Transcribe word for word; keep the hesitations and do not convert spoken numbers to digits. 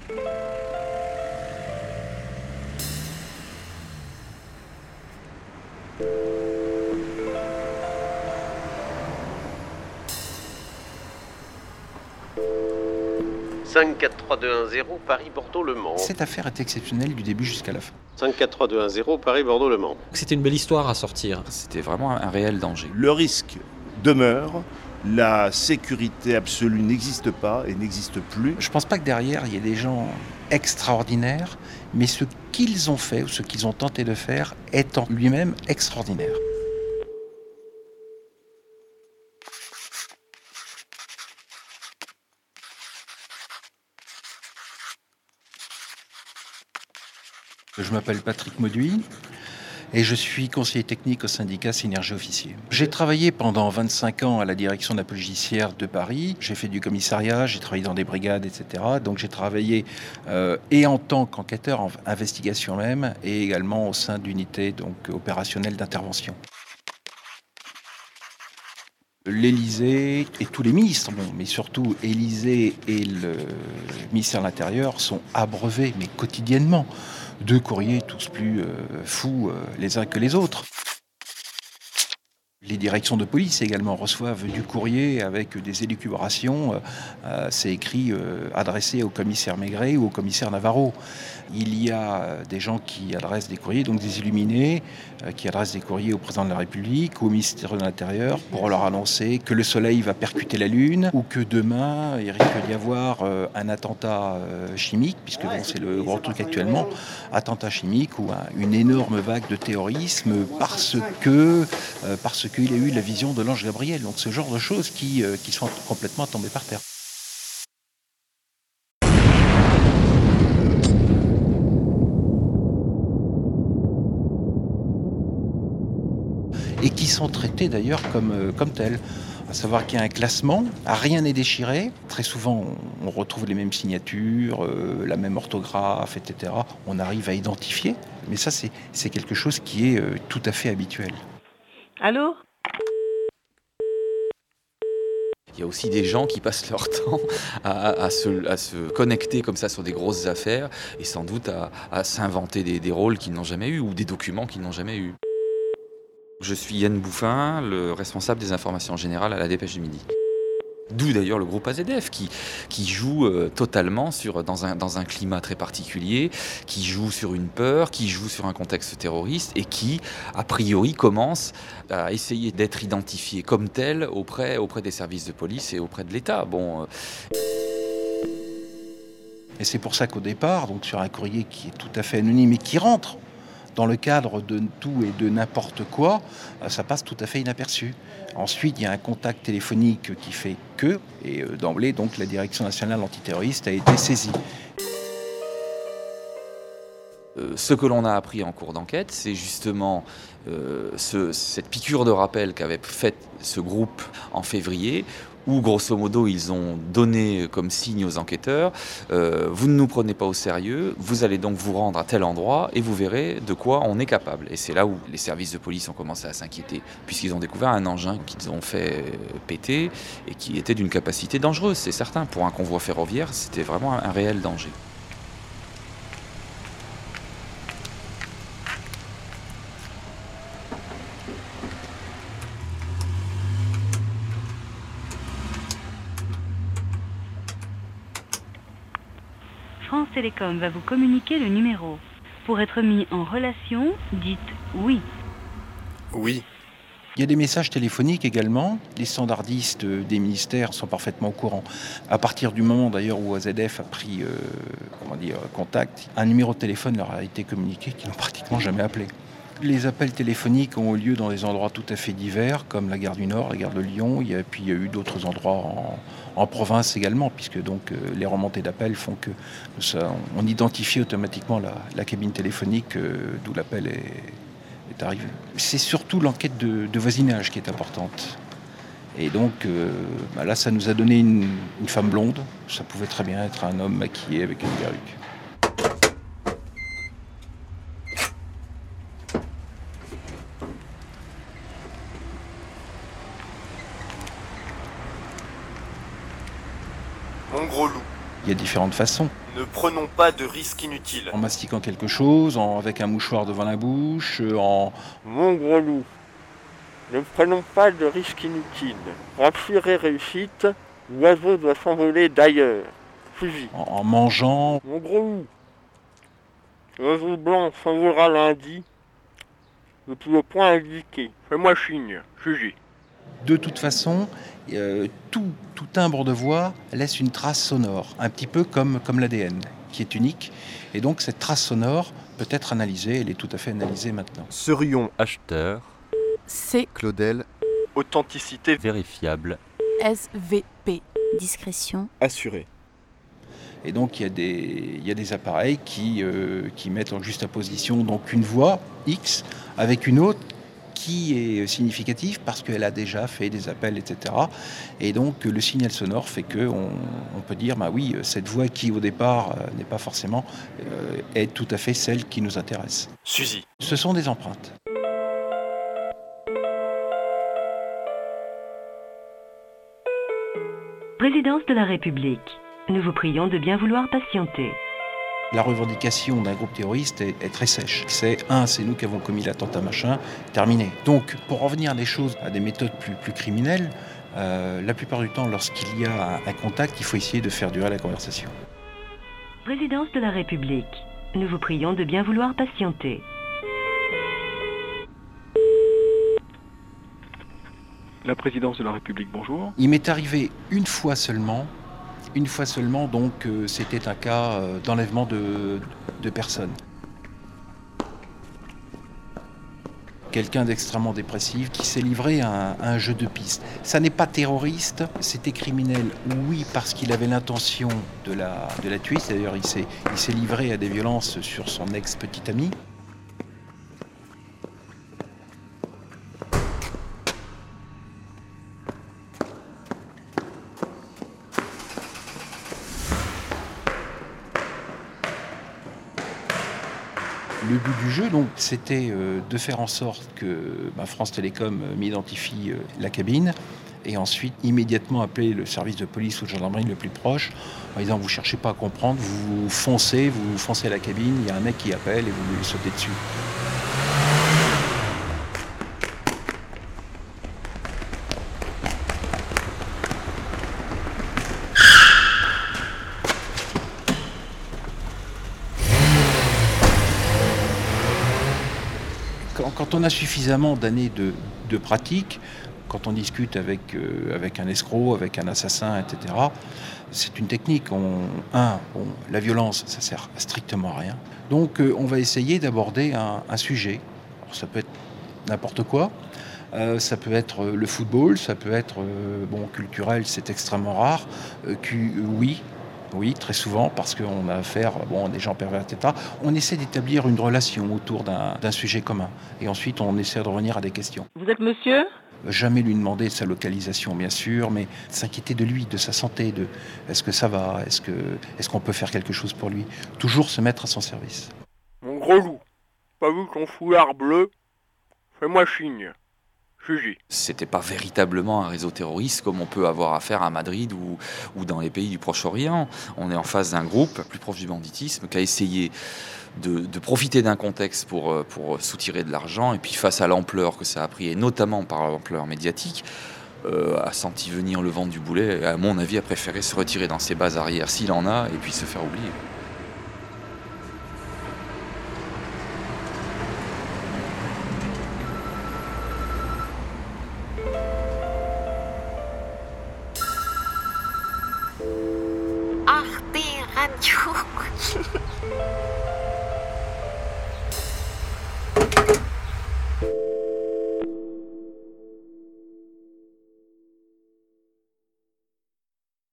cinq quatre trois deux un zéro Paris-Bordeaux-Le Mans. Cette affaire est exceptionnelle du début jusqu'à la fin. cinq quatre trois deux un zéro Paris-Bordeaux-Le Mans. C'était une belle histoire à sortir. C'était vraiment un réel danger. Le risque demeure, la sécurité absolue n'existe pas et n'existe plus. Je ne pense pas que derrière, il y ait des gens extraordinaires, mais ce qu'ils ont fait ou ce qu'ils ont tenté de faire est en lui-même extraordinaire. Je m'appelle Patrick Mauduit et je suis conseiller technique au syndicat Synergie Officier. J'ai travaillé pendant vingt-cinq ans à la direction de la police judiciaire de Paris. J'ai fait du commissariat, j'ai travaillé dans des brigades, et cetera. Donc j'ai travaillé euh, et en tant qu'enquêteur en investigation même et également au sein d'unités donc, opérationnelles d'intervention. L'Élysée et tous les ministres, bon, mais surtout Élysée et le ministère de l'Intérieur sont abreuvés, mais quotidiennement, de courriers tous plus euh, fous euh, les uns que les autres. Les directions de police également reçoivent du courrier avec des élucubrations. Euh, c'est écrit euh, adressé au commissaire Maigret ou au commissaire Navarro. Il y a des gens qui adressent des courriers, donc des illuminés, euh, qui adressent des courriers au président de la République ou au ministère de l'Intérieur pour leur annoncer que le soleil va percuter la Lune ou que demain il risque d'y avoir euh, un attentat euh, chimique, puisque bon, c'est le gros truc actuellement, attentat chimique ou un, une énorme vague de terrorisme parce que euh, parce qu'il a eu la vision de l'ange Gabriel. Donc ce genre de choses qui, euh, qui sont complètement tombées par terre. Et qui sont traités d'ailleurs comme, euh, comme tels. À savoir qu'il y a un classement, rien n'est déchiré. Très souvent, on retrouve les mêmes signatures, euh, la même orthographe, et cetera. On arrive à identifier. Mais ça, c'est, c'est quelque chose qui est euh, tout à fait habituel. Allô ? Il y a aussi des gens qui passent leur temps à, à, se, à se connecter comme ça sur des grosses affaires et sans doute à, à s'inventer des, des rôles qu'ils n'ont jamais eus ou des documents qu'ils n'ont jamais eus. Je suis Yann Bouffin, le responsable des informations générales à la Dépêche du Midi. D'où d'ailleurs le groupe A Z F qui, qui joue euh, totalement sur, dans, un, dans un climat très particulier, qui joue sur une peur, qui joue sur un contexte terroriste et qui, a priori, commence à essayer d'être identifié comme tel auprès, auprès des services de police et auprès de l'État. Bon, euh... Et c'est pour ça qu'au départ, donc sur un courrier qui est tout à fait anonyme et qui rentre dans le cadre de tout et de n'importe quoi, ça passe tout à fait inaperçu. Ensuite, il y a un contact téléphonique qui fait que, et d'emblée, donc, la Direction nationale antiterroriste a été saisie. Euh, ce que l'on a appris en cours d'enquête, c'est justement euh, ce, cette piqûre de rappel qu'avait faite ce groupe en février, où grosso modo ils ont donné comme signe aux enquêteurs euh, vous ne nous prenez pas au sérieux, vous allez donc vous rendre à tel endroit et vous verrez de quoi on est capable. Et c'est là où les services de police ont commencé à s'inquiéter, puisqu'ils ont découvert un engin qu'ils ont fait péter et qui était d'une capacité dangereuse, c'est certain. Pour un convoi ferroviaire, c'était vraiment un, un réel danger. France Télécom va vous communiquer le numéro. Pour être mis en relation, dites oui. Oui. Il y a des messages téléphoniques également. Les standardistes des ministères sont parfaitement au courant. À partir du moment d'ailleurs où A Z F a pris euh, comment dire, contact, un numéro de téléphone leur a été communiqué qu'ils n'ont pratiquement jamais appelé. Les appels téléphoniques ont eu lieu dans des endroits tout à fait divers, comme la gare du Nord, la gare de Lyon, et puis il y a eu d'autres endroits en, en province également, puisque donc euh, les remontées d'appels font que ça, on identifie automatiquement la, la cabine téléphonique euh, d'où l'appel est, est arrivé. C'est surtout l'enquête de, de voisinage qui est importante. Et donc euh, bah là, ça nous a donné une, une femme blonde. Ça pouvait très bien être un homme maquillé avec une perruque. Mon gros loup. Il y a différentes façons. Ne prenons pas de risques inutiles. En mastiquant quelque chose, en, avec un mouchoir devant la bouche, en... Mon gros loup, ne prenons pas de risques inutiles. Rassure et réussite, l'oiseau doit s'envoler d'ailleurs. Fusil. En, en mangeant. Mon gros loup, l'oiseau blanc s'envolera lundi, depuis le point indiqué. Fais-moi signe, fusil. De toute façon, euh, tout, tout timbre de voix laisse une trace sonore, un petit peu comme, comme l'A D N, qui est unique. Et donc cette trace sonore peut être analysée, elle est tout à fait analysée maintenant. Serions Acheteur, C. Claudel, Authenticité vérifiable, S V P. Discrétion. assurés. Et donc il y a des, il y a des appareils qui, euh, qui mettent en juxtaposition donc une voix X avec une autre qui est significative parce qu'elle a déjà fait des appels, et cetera. Et donc le signal sonore fait qu'on on peut dire, bah oui, cette voix qui au départ euh, n'est pas forcément, euh, est tout à fait celle qui nous intéresse. Suzy. Ce sont des empreintes. Présidence de la République. Nous vous prions de bien vouloir patienter. La revendication d'un groupe terroriste est, est très sèche. C'est un, c'est nous qui avons commis l'attentat machin, terminé. Donc, pour revenir à des choses, à des méthodes plus, plus criminelles, euh, la plupart du temps, lorsqu'il y a un, un contact, il faut essayer de faire durer la conversation. Présidence de la République. Nous vous prions de bien vouloir patienter. La présidence de la République, bonjour. Il m'est arrivé une fois seulement, une fois seulement, donc euh, c'était un cas euh, d'enlèvement de, de personnes. Quelqu'un d'extrêmement dépressif qui s'est livré à un, à un jeu de piste. Ça n'est pas terroriste, c'était criminel, oui, parce qu'il avait l'intention de la, de la tuer. D'ailleurs, il s'est, il s'est livré à des violences sur son ex-petite amie. Le but du jeu, donc, c'était euh, de faire en sorte que bah, France Télécom euh, m'identifie euh, la cabine et ensuite immédiatement appeler le service de police ou de gendarmerie le plus proche en disant vous cherchez pas à comprendre, vous foncez, vous foncez à la cabine, il y a un mec qui appelle et vous lui sautez dessus. Quand on a suffisamment d'années de, de pratique, quand on discute avec, euh, avec un escroc, avec un assassin, et cetera, c'est une technique. On, un, bon, la violence, ça sert strictement à rien. Donc euh, on va essayer d'aborder un, un sujet. Alors, ça peut être n'importe quoi. Euh, ça peut être le football, ça peut être euh, bon, culturel, c'est extrêmement rare. Euh, que, oui. Oui, très souvent, parce qu'on a affaire bon, à des gens pervers, et cetera. On essaie d'établir une relation autour d'un, d'un sujet commun. Et ensuite, on essaie de revenir à des questions. Vous êtes monsieur ? Jamais lui demander sa localisation, bien sûr, mais s'inquiéter de lui, de sa santé, de est-ce que ça va, est-ce que, est-ce qu'on peut faire quelque chose pour lui. Toujours se mettre à son service. Mon gros loup, pas vu ton foulard bleu ? Fais-moi signe. Fusil. C'était pas véritablement un réseau terroriste comme on peut avoir affaire à Madrid ou, ou dans les pays du Proche-Orient. On est en face d'un groupe plus proche du banditisme qui a essayé de, de profiter d'un contexte pour, pour soutirer de l'argent et puis face à l'ampleur que ça a pris et notamment par l'ampleur médiatique, euh, a senti venir le vent du boulet et à mon avis a préféré se retirer dans ses bases arrière s'il en a et puis se faire oublier. Arte Radio.